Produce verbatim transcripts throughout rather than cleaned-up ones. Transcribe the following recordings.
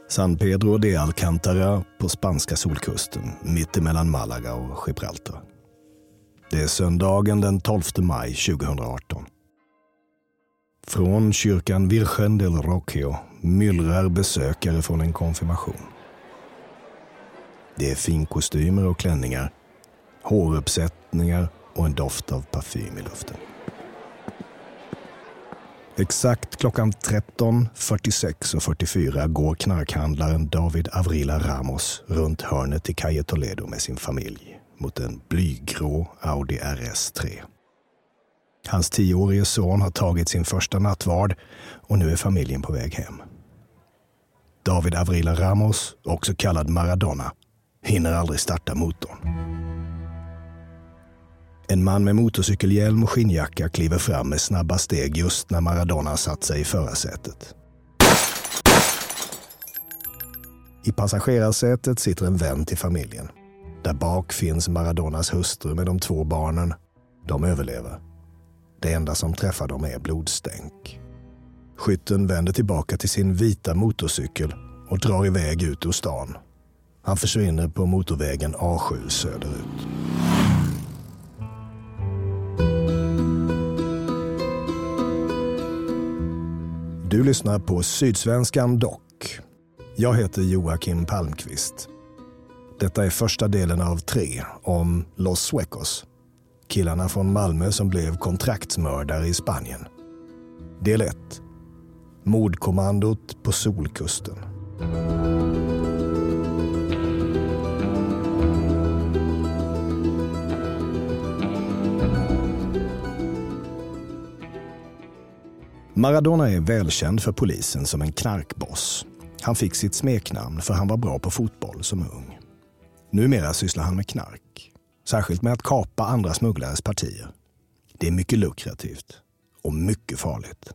San Pedro de Alcántara på spanska solkusten, mitt emellan Malaga och Gibraltar. Det är söndagen den tolfte maj tjugohundraarton. Från kyrkan Virgen del Rocio myllrar besökare från en konfirmation. Det är finkostymer och klänningar, håruppsättningar och en doft av parfym i luften. Exakt klockan tretton, fyrtiosex och fyrtiofyra går knarkhandlaren David Avrila Ramos runt hörnet i Calle Toledo med sin familj mot en blygrå Audi R S tre. Hans tioårige son har tagit sin första nattvard och nu är familjen på väg hem. David Avrila Ramos, också kallad Maradona, hinner aldrig starta motorn. En man med motorcykelhjälm och skinnjacka kliver fram med snabba steg just när Maradona satt sig i förarsätet. I passagerarsätet sitter en vän till familjen. Där bak finns Maradonas hustru med de två barnen. De överlever. Det enda som träffar dem är blodstänk. Skytten vänder tillbaka till sin vita motorcykel och drar iväg ut ur stan. Han försvinner på motorvägen A sju söderut. Du lyssnar på Sydsvenskan Dock. Jag heter Joakim Palmqvist. Detta är första delen av tre om Los Suecos. Killarna från Malmö som blev kontraktsmördare i Spanien. Del ett. Mordkommandot på solkusten. Maradona är välkänd för polisen som en knarkboss. Han fick sitt smeknamn för han var bra på fotboll som ung. Numera sysslar han med knark. Särskilt med att kapa andra smugglares partier. Det är mycket lukrativt och mycket farligt.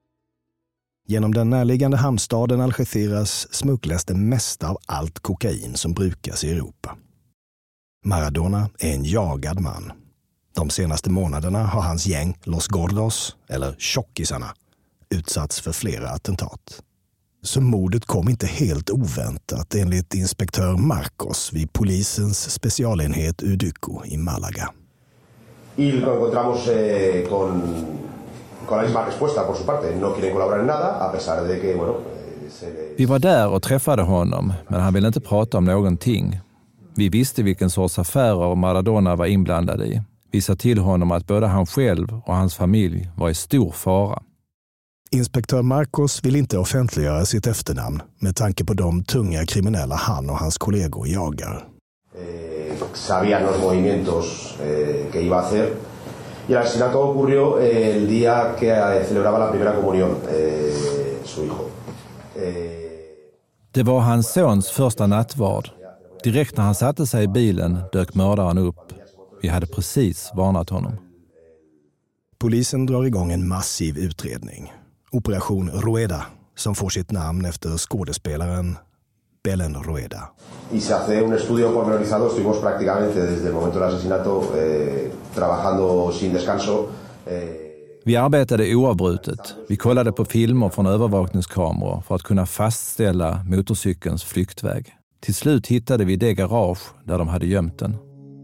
Genom den närliggande hamnstaden Algeciras smugglas det mesta av allt kokain som brukas i Europa. Maradona är en jagad man. De senaste månaderna har hans gäng Los Gordos, eller tjockisarna, utsatts för flera attentat. Så mordet kom inte helt oväntat enligt inspektör Marcos vid polisens specialenhet Udyco i Malaga. Y lo encontramos eh, con, con la misma respuesta por su parte. No quieren colaborar en nada, a pesar de que, bueno, se... Vi var där och träffade honom, men han ville inte prata om någonting. Vi visste vilken sorts affärer Maradona var inblandad i. Vi sa till honom att både han själv och hans familj var i stor fara. Inspektör Marcos vill inte offentliggöra sitt efternamn med tanke på de tunga kriminella han och hans kollegor jagar. Eh, sabían los movimientos eh, que iba a hacer. Y el asesinato ocurrió eh, el día que eh, celebraba la primera comunión, eh, su hijo. Eh... Det var hans sons första nattvard. Direkt när han satte sig i bilen dök mördaren upp. Vi hade precis varnat honom. Polisen drar igång en massiv utredning. Operation Rueda, som får sitt namn efter skådespelaren Belén Rueda. Y se hace un estudio pormenorizado. Estuvimos prácticamente desde el momento del asesinato eh, trabajando sin descanso. Eh... Vi arbetade oavbrutet. Vi kollade på filmer från övervakningskameror för att kunna fastställa motorcykelns flyktväg. Till slut hittade vi det garage där de hade gömt den.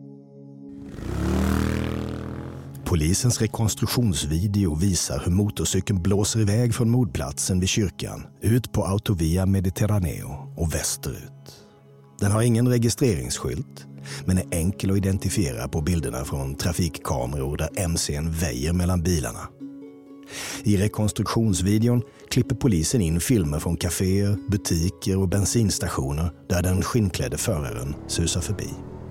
Polisens rekonstruktionsvideo visar hur motorcykeln blåser iväg från mordplatsen vid kyrkan ut på Autovia Mediterraneo och västerut. Den har ingen registreringsskylt men är enkel att identifiera på bilderna från trafikkameror där M C:n väjer mellan bilarna. I rekonstruktionsvideon klipper polisen in filmer från kaféer, butiker och bensinstationer där den skinnklädde föraren susar förbi.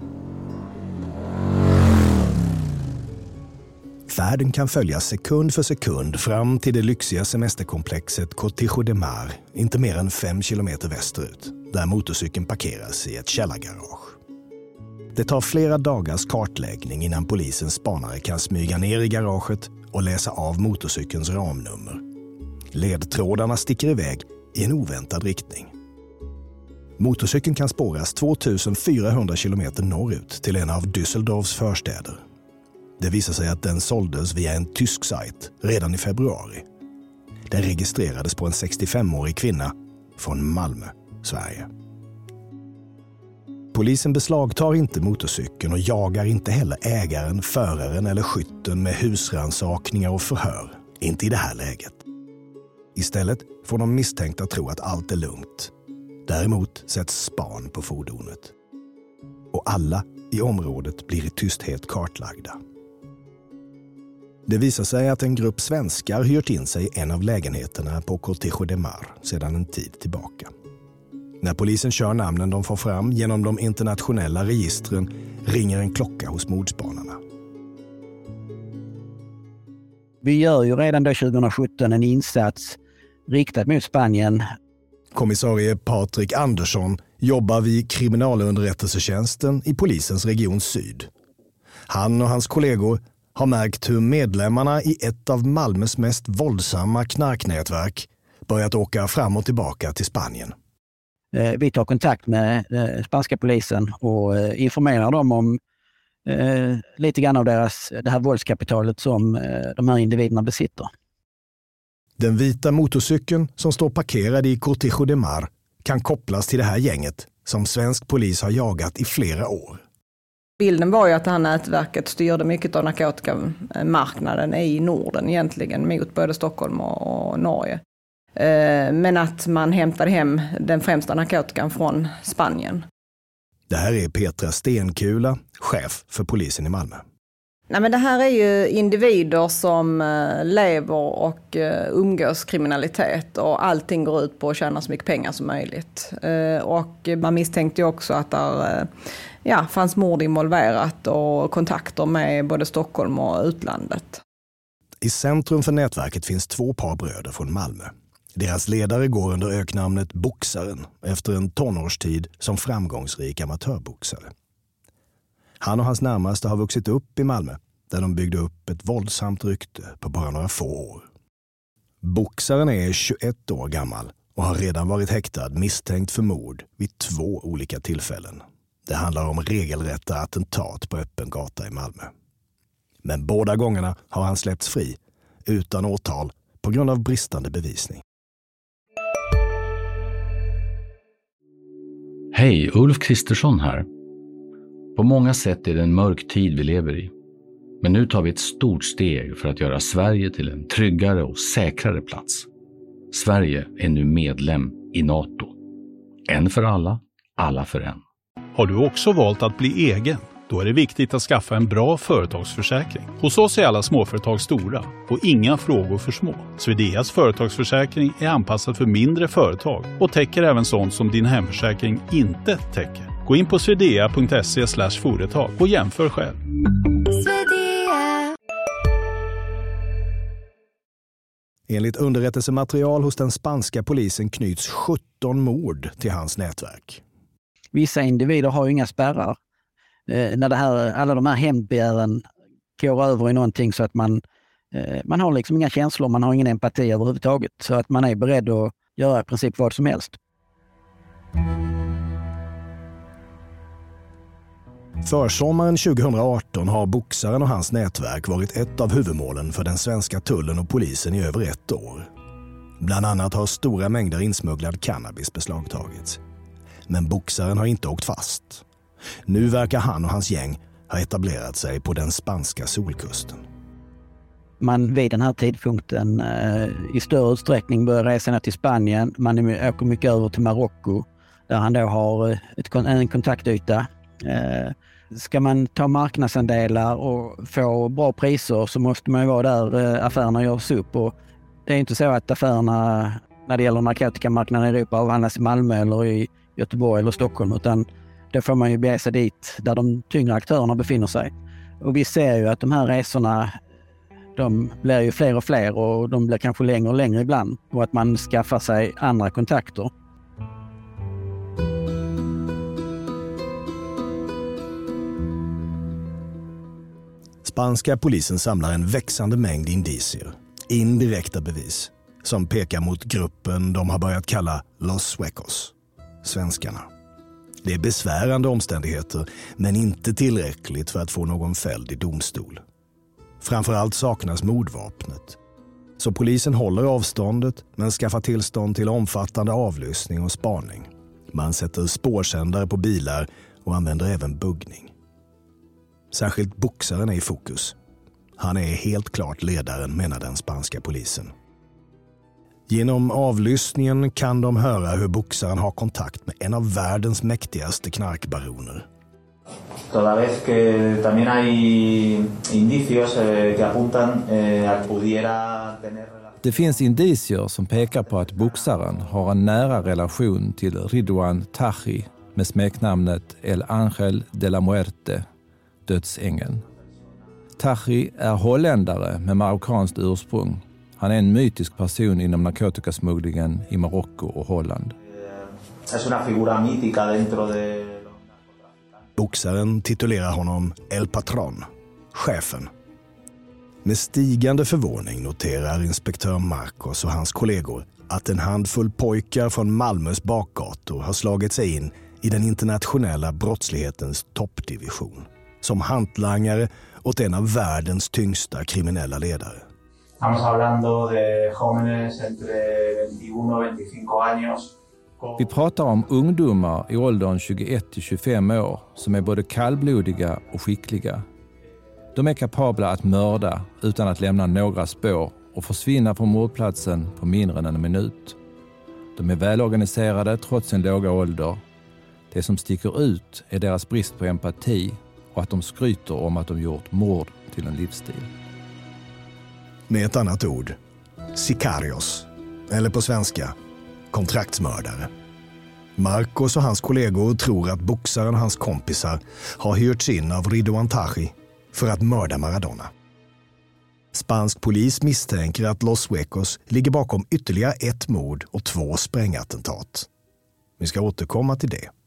Färden kan följas sekund för sekund fram till det lyxiga semesterkomplexet Cortijo de Mar, inte mer än fem kilometer västerut, där motorcykeln parkeras i ett källargarage. Det tar flera dagars kartläggning innan polisens spanare kan smyga ner i garaget och läsa av motorcykelns ramnummer. Ledtrådarna sticker iväg i en oväntad riktning. Motorcykeln kan spåras tvåtusenfyrahundra kilometer norrut till en av Düsseldorfs förstäder. Det visar sig att den såldes via en tysk sajt redan i februari. Den registrerades på en sextiofemårig kvinna från Malmö Sverige. Polisen beslagtar inte motorcykeln och jagar inte heller ägaren, föraren eller skytten med husransakningar och förhör. Inte i det här läget. Istället får de misstänkta tro att allt är lugnt. Däremot sätts span på fordonet. Och alla i området blir i tysthet kartlagda. Det visar sig att en grupp svenskar hyrt in sig i en av lägenheterna på Cortejo de Mar sedan en tid tillbaka. När polisen kör namnen de får fram genom de internationella registren ringer en klocka hos mordspanarna. Vi gör ju redan då tjugohundrasjutton en insats riktad mot Spanien. Kommissarie Patrik Andersson jobbar vid kriminalunderrättelsetjänsten i polisens region Syd. Han och hans kollegor har märkt hur medlemmarna i ett av Malmös mest våldsamma knarknätverk börjat åka fram och tillbaka till Spanien. Vi tar kontakt med spanska polisen och informerar dem om eh, lite grann av deras, det här våldskapitalet som eh, de här individerna besitter. Den vita motorcykeln som står parkerad i Cortejo de Mar kan kopplas till det här gänget som svensk polis har jagat i flera år. Bilden var ju att det här nätverket styrde mycket av narkotikamarknaden i Norden egentligen mot både Stockholm och Norge. Men att man hämtade hem den främsta narkotikan från Spanien. Det här är Petra Stenkula, chef för polisen i Malmö. Nej, men det här är ju individer som lever och umgås kriminalitet och allting går ut på att tjäna så mycket pengar som möjligt. Och man misstänkte ju också att där, ja, fanns mord involverat och kontakter med både Stockholm och utlandet. I centrum för nätverket finns två par bröder från Malmö. Deras ledare går under öknamnet Boxaren efter en tonårstid som framgångsrik amatörboxare. Han och hans närmaste har vuxit upp i Malmö där de byggde upp ett våldsamt rykte på bara några få år. Boxaren är tjugoett år gammal och har redan varit häktad misstänkt för mord vid två olika tillfällen. Det handlar om regelrätta attentat på öppen gata i Malmö. Men båda gångerna har han släppts fri utan åtal på grund av bristande bevisning. Hej, Ulf Kristersson här. På många sätt är det en mörk tid vi lever i. Men nu tar vi ett stort steg för att göra Sverige till en tryggare och säkrare plats. Sverige är nu medlem i NATO. En för alla, alla för en. Har du också valt att bli egen? Då är det viktigt att skaffa en bra företagsförsäkring. Hos oss är alla småföretag stora och inga frågor för små. Swedeas företagsförsäkring är anpassad för mindre företag och täcker även sånt som din hemförsäkring inte täcker. Gå in på swedea punkt se slash företag och jämför själv. Enligt underrättelsematerial hos den spanska polisen knyts sjutton mord till hans nätverk. Vissa individer har ju inga spärrar. Eh, när det här, alla de här hämndbegären går över i någonting så att man, eh, man har liksom inga känslor, man har ingen empati överhuvudtaget. Så att man är beredd att göra i princip vad som helst. Försommaren tjugohundraarton har Boxaren och hans nätverk varit ett av huvudmålen för den svenska tullen och polisen i över ett år. Bland annat har stora mängder insmugglad cannabis beslagtagits. Men Boxaren har inte åkt fast. Nu verkar han och hans gäng ha etablerat sig på den spanska solkusten. Man vid den här tidpunkten eh, i större utsträckning börjar resa ner till Spanien. Man åker mycket över till Marocko där han då har ett, en kontaktyta. Eh, ska man ta marknadsandelar och få bra priser så måste man ju vara där eh, affärerna görs upp. Och det är inte så att affärerna när det gäller narkotikamarknaden i Europa avhandlas i Malmö eller i Göteborg eller Stockholm, utan då får man ju bege sig dit där de tyngre aktörerna befinner sig. Och vi ser ju att de här resorna, de blir ju fler och fler och de blir kanske längre och längre ibland, och att man skaffar sig andra kontakter. Spanska polisen samlar en växande mängd indicier, indirekta bevis, som pekar mot gruppen de har börjat kalla Los Suecos, svenskarna. Det är besvärande omständigheter, men inte tillräckligt för att få någon fälld i domstol. Framförallt saknas mordvapnet. Så polisen håller avståndet men skaffar tillstånd till omfattande avlyssning och spaning. Man sätter spårsändare på bilar och använder även buggning. Särskilt boxaren är i fokus. Han är helt klart ledaren, menar den spanska polisen. Genom avlyssningen kan de höra hur boxaren har kontakt med en av världens mäktigaste knarkbaroner. Toda vez que también hay indicios que apuntan a que pudiera tener. Det finns indicier som pekar på att boxaren har en nära relation till Ridwan Taghi med smeknamnet El Ángel de la Muerte, dödsängeln. Taghi är holländare med marockanskt ursprung. Han är en mytisk person inom narkotikasmugglingen i Marocko och Holland. Es una figura mítica dentro de. Boxaren titulerar honom El Patron, chefen. Med stigande förvåning noterar inspektör Marcos och hans kollegor att en handfull pojkar från Malmös bakgator har slagit sig in i den internationella brottslighetens toppdivision som hantlangare åt en av världens tyngsta kriminella ledare. Estamos hablando de jóvenes entre veintiuno och veinticinco años. Vi pratar om ungdomar i åldern tjugoett till tjugofem år som är både kallblodiga och skickliga. De är kapabla att mörda utan att lämna några spår och försvinna från mordplatsen på mindre än en minut. De är välorganiserade trots sin låga ålder. Det som sticker ut är deras brist på empati och att de skryter om att de gjort mord till en livsstil. Med ett annat ord, sicarios, eller på svenska, kontraktsmördare. Marcos och hans kollegor tror att boxaren och hans kompisar har hyrts in av Ridwan Taghi för att mörda Maradona. Spansk polis misstänker att Los Suecos ligger bakom ytterligare ett mord och två sprängattentat. Vi ska återkomma till det.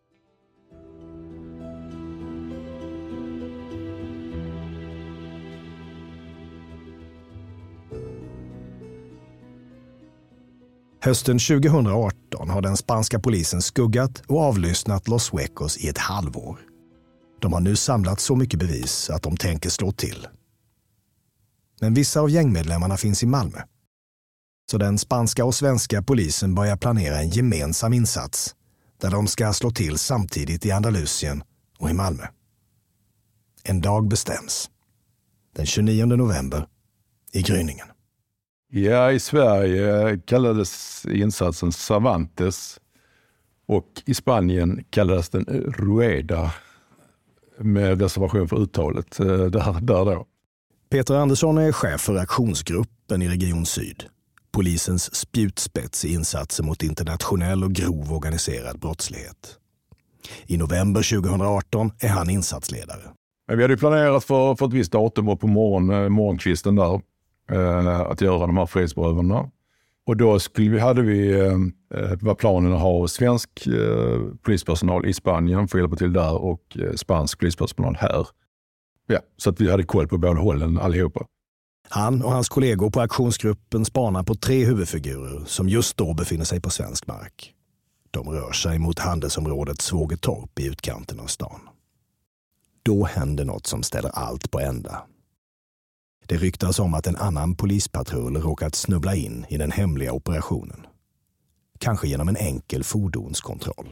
Hösten tjugohundraarton har den spanska polisen skuggat och avlyssnat Los Suecos i ett halvår. De har nu samlat så mycket bevis att de tänker slå till. Men vissa av gängmedlemmarna finns i Malmö. Så den spanska och svenska polisen börjar planera en gemensam insats där de ska slå till samtidigt i Andalusien och i Malmö. En dag bestäms. Den tjugonionde november i Gryningen. Ja, i Sverige kallades insatsen Cervantes och i Spanien kallades den Rueda med reservation för uttalet där, där då. Peter Andersson är chef för aktionsgruppen i Region Syd. Polisens spjutspets i insatser mot internationell och grov organiserad brottslighet. I november tjugohundraarton är han insatsledare. Men vi hade planerat för, för ett visst datum på morgon, morgonkvisten där. Att göra de här frihetsberövandena. Och då skulle vi, hade vi, eh, var planen att ha svensk eh, polispersonal i Spanien för att hjälpa till där och eh, spansk polispersonal här. Ja, så att vi hade koll på båda hållen allihopa. Han och hans kollegor på aktionsgruppen spanar på tre huvudfigurer som just då befinner sig på svensk mark. De rör sig mot handelsområdet Svågertorp i utkanten av stan. Då händer något som ställer allt på ända. Det ryktas om att en annan polispatrull råkat snubbla in i den hemliga operationen. Kanske genom en enkel fordonskontroll.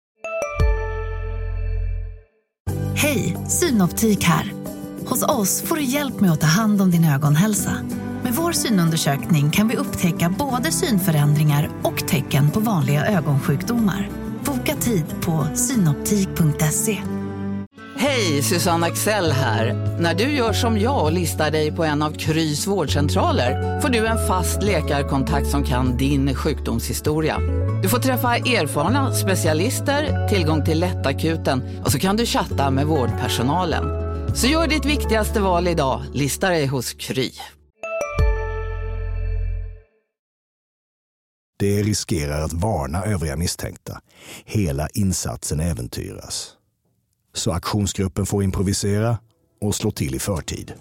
Hej, Synoptik här. Hos oss får du hjälp med att ta hand om din ögonhälsa. Med vår synundersökning kan vi upptäcka både synförändringar och tecken på vanliga ögonsjukdomar. Boka tid på synoptik punkt se. Hej, Susanne Axel här. När du gör som jag och listar dig på en av Krys vårdcentraler får du en fast läkarkontakt som kan din sjukdomshistoria. Du får träffa erfarna specialister, tillgång till lättakuten och så kan du chatta med vårdpersonalen. Så gör ditt viktigaste val idag, lista dig hos Kry. Det riskerar att varna övriga misstänkta. Hela insatsen äventyras. Så aktionsgruppen får improvisera och slå till i förtid.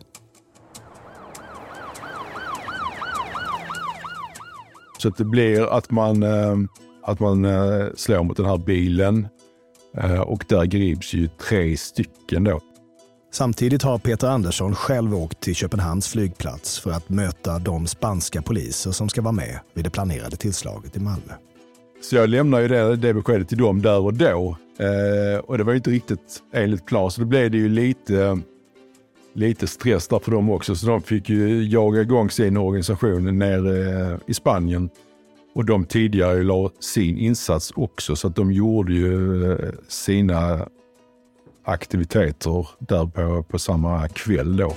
Så att det blir att man, att man slår mot den här bilen och där grips ju tre stycken då. Samtidigt har Peter Andersson själv åkt till Köpenhamns flygplats för att möta de spanska poliser som ska vara med vid det planerade tillslaget i Malmö. Så jag lämnade ju det, det beskedet till dem där och då. Eh, och det var inte riktigt enligt plan. Så då blev det ju lite, lite stress där för dem också. Så de fick ju jaga igång sin organisation nere eh, i Spanien. Och de tidigare la sin insats också. Så att de gjorde ju eh, sina aktiviteter där på, på samma kväll då.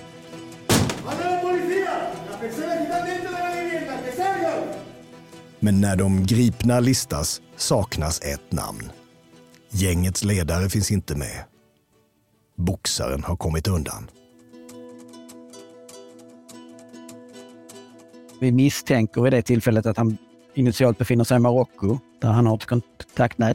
Men när de gripna listas saknas ett namn. Gängets ledare finns inte med. Boxaren har kommit undan. Vi misstänker vid det tillfället att han initialt befinner sig i Marocko, där han har ett kontaktnät.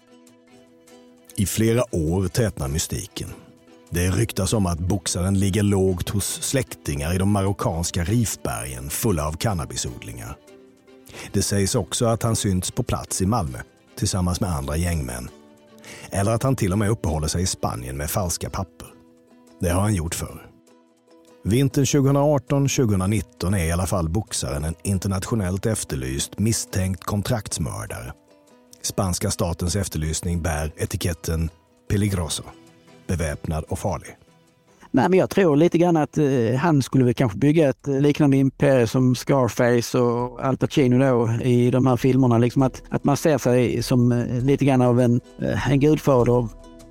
I flera år tätnar mystiken. Det ryktas om att boxaren ligger lågt hos släktingar i de marockanska rifbergen fulla av cannabisodlingar. Det sägs också att han synts på plats i Malmö tillsammans med andra gängmän. Eller att han till och med uppehåller sig i Spanien med falska papper. Det har han gjort förr. Vintern tjugoarton tjugonitton är i alla fall boxaren en internationellt efterlyst misstänkt kontraktsmördare. Spanska statens efterlysning bär etiketten peligroso, beväpnad och farlig. Nej, men jag tror lite grann att eh, han skulle väl kanske bygga ett liknande imperium som Scarface och Al Pacino då i de här filmerna. Liksom att, att man ser sig som eh, lite grann av en, eh, en gudfader.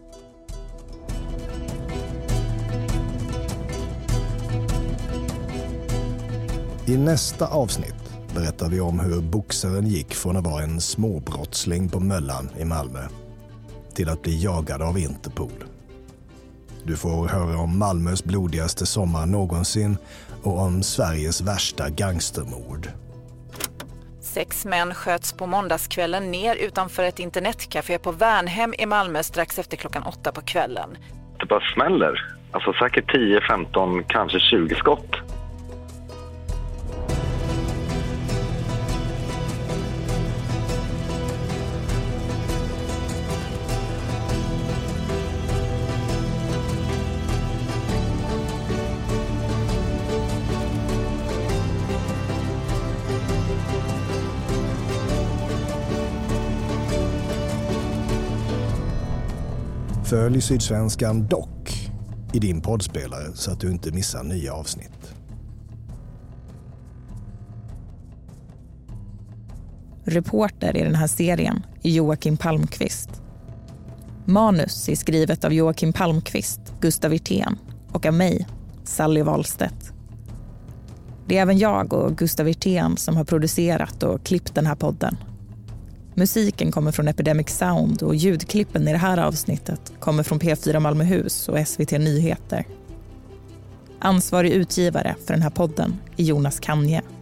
I nästa avsnitt berättar vi om hur boxaren gick från att vara en småbrottsling på Möllan i Malmö till att bli jagad av Interpol. Du får höra om Malmös blodigaste sommar någonsin och om Sveriges värsta gangstermord. Sex män sköts på måndagskvällen ner utanför ett internetcafé på Värnhem i Malmö strax efter klockan åtta på kvällen. Det bara smäller. Alltså säkert tio, femton, kanske tjugo skott. Följ Sydsvenskan dock i din poddspelare så att du inte missar nya avsnitt. Reporter i den här serien är Joakim Palmqvist. Manus är skrivet av Joakim Palmqvist, Gustav Wirtén och av mig, Sally Wahlstedt. Det är även jag och Gustav Wirtén som har producerat och klippt den här podden. Musiken kommer från Epidemic Sound och ljudklippen i det här avsnittet kommer från P fyra Malmöhus och S V T Nyheter. Ansvarig utgivare för den här podden är Jonas Kanje.